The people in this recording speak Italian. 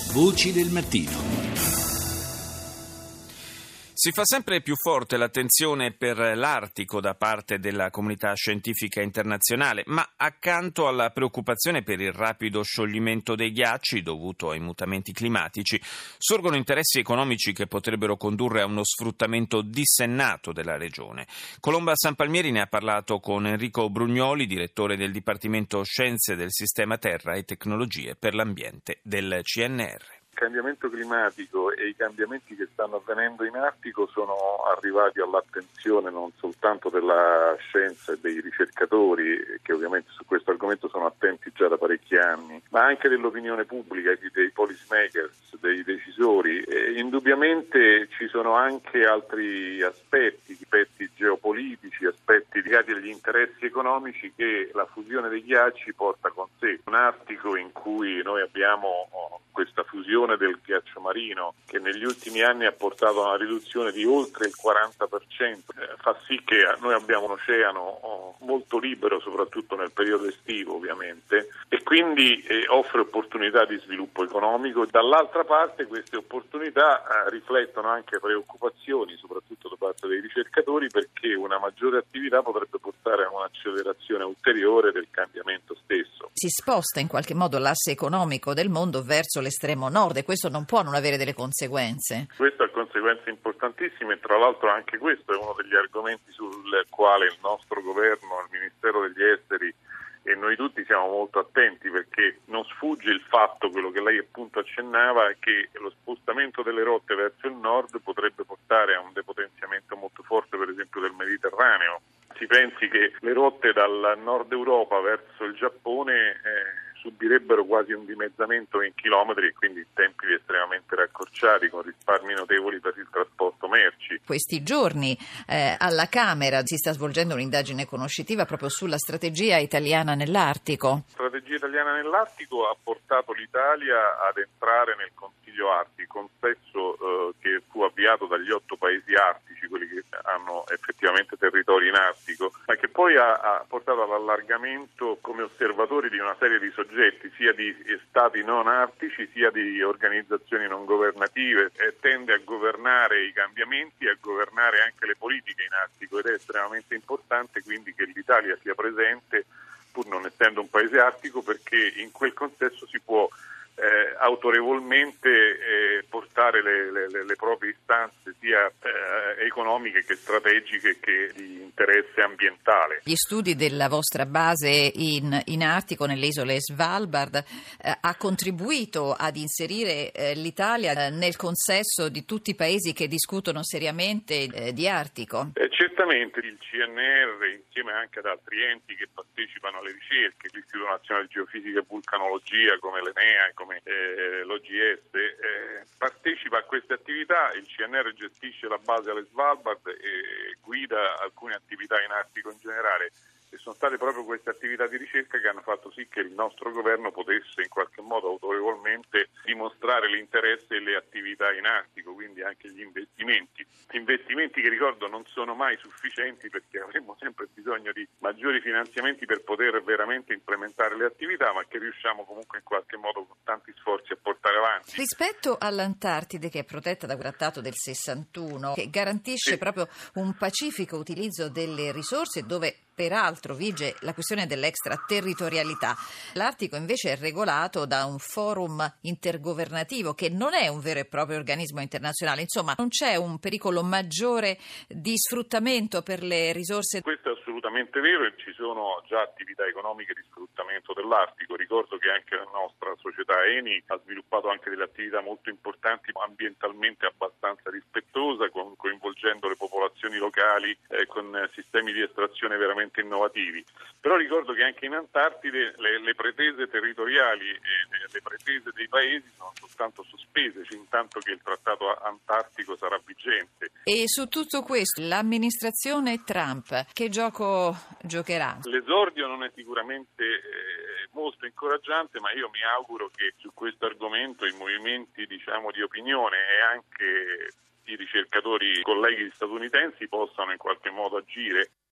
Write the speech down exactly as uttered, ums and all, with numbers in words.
Voci del mattino. Si fa sempre più forte l'attenzione per l'Artico da parte della comunità scientifica internazionale, ma accanto alla preoccupazione per il rapido scioglimento dei ghiacci dovuto ai mutamenti climatici, sorgono interessi economici che potrebbero condurre a uno sfruttamento dissennato della regione. Colomba Sanpalmieri ne ha parlato con Enrico Brugnoli, direttore del Dipartimento Scienze del Sistema Terra e Tecnologie per l'Ambiente del C N R. Il cambiamento climatico e i cambiamenti che stanno avvenendo in Artico sono arrivati all'attenzione non soltanto della scienza e dei ricercatori, che ovviamente su questo argomento sono attenti già da parecchi anni, ma anche dell'opinione pubblica, dei policy makers, dei decisori. E indubbiamente ci sono anche altri aspetti, aspetti geopolitici, aspetti legati agli interessi economici che la fusione dei ghiacci porta con sé. Un Artico in cui noi abbiamo questa fusione del ghiaccio marino che negli ultimi anni ha portato a una riduzione di oltre il quaranta per cento, eh, fa sì che noi abbiamo un oceano oh, molto libero, soprattutto nel periodo estivo ovviamente, e quindi eh, offre opportunità di sviluppo economico. Dall'altra parte queste opportunità eh, riflettono anche preoccupazioni, soprattutto da parte dei ricercatori, perché una maggiore attività potrebbe portare a un'accelerazione ulteriore del cambiamento stesso. Si sposta in qualche modo l'asse economico del mondo verso l'estremo nord e questo non può non avere delle conseguenze. Questo ha conseguenze importantissime e tra l'altro anche questo è uno degli argomenti sul quale il nostro governo, il Ministero degli Esteri e noi tutti siamo molto attenti, perché non sfugge il fatto, quello che lei appunto accennava, che lo spostamento delle rotte verso il nord potrebbe portare a un depotenziamento molto forte per esempio del Mediterraneo. Si pensi che le rotte dal nord Europa verso il Giappone eh, subirebbero quasi un dimezzamento in chilometri e quindi tempi estremamente raccorciati con risparmi notevoli per il trasporto merci. Questi giorni eh, alla Camera si sta svolgendo un'indagine conoscitiva proprio sulla strategia italiana nell'Artico. La strategia italiana nell'Artico ha portato l'Italia ad entrare nel Consiglio Artico, un consesso eh, che fu avviato dagli otto paesi artici, quelli che hanno effettivamente territori in Artico, ma che poi ha, ha portato all'allargamento come osservatori di una serie di soggetti, sia di stati non artici sia di organizzazioni non governative, e tende a governare i cambiamenti e a governare anche le politiche in Artico, ed è estremamente importante quindi che l'Italia sia presente, pur non essendo un paese artico, perché in quel consesso si può Eh, autorevolmente eh, portare le, le, le proprie istanze sia eh, economiche che strategiche che di interesse ambientale. Gli studi della vostra base in, in Artico, nelle isole Svalbard, eh, ha contribuito ad inserire eh, l'Italia eh, nel consesso di tutti i paesi che discutono seriamente eh, di Artico? Eh, certamente il C N R, insieme anche ad altri enti che partecipano alle ricerche, l'Istituto Nazionale di Geofisica e Vulcanologia come l'Enea, come eh, l'O G S, eh, partecipa a queste attività. Il C N R gestisce la base alle Svalbard e guida alcune attività in Artico in generale, e sono state proprio queste attività di ricerca che hanno fatto sì che il nostro governo potesse in qualche modo autorevolmente dimostrare l'interesse e le attività in Artico, quindi anche gli investimenti. Investimenti che, ricordo, non sono mai sufficienti, perché avremmo sempre bisogno di maggiori finanziamenti per poter veramente implementare le attività, ma che riusciamo comunque in qualche modo con tanti sforzi a portare avanti. Rispetto all'Antartide, che è protetta da un trattato del sessantuno, che garantisce sì. proprio un pacifico utilizzo delle risorse, dove peraltro vige la questione dell'extraterritorialità. L'Artico invece è regolato da un forum intergovernativo che non è un vero e proprio organismo internazionale. Insomma, non c'è un pericolo maggiore di sfruttamento per le risorse? Questo è assolutamente vero, e ci sono già attività economiche di sfruttamento dell'Artico. Ricordo che anche la nostra società Eni ha sviluppato anche delle attività molto importanti, ambientalmente abbastanza rispettose, coinvolgendo le popolazioni locali eh, con sistemi di estrazione veramente innovativi. Però ricordo che anche in Antartide le, le pretese territoriali e le, le pretese dei paesi sono soltanto sospese fin tanto che il trattato antartico sarà vigente. E su tutto questo l'amministrazione Trump che gioco giocherà? L'esordio non è sicuramente eh, molto incoraggiante, ma io mi auguro che su questo argomento i movimenti, diciamo, di opinione e anche i ricercatori colleghi statunitensi possano in qualche modo agire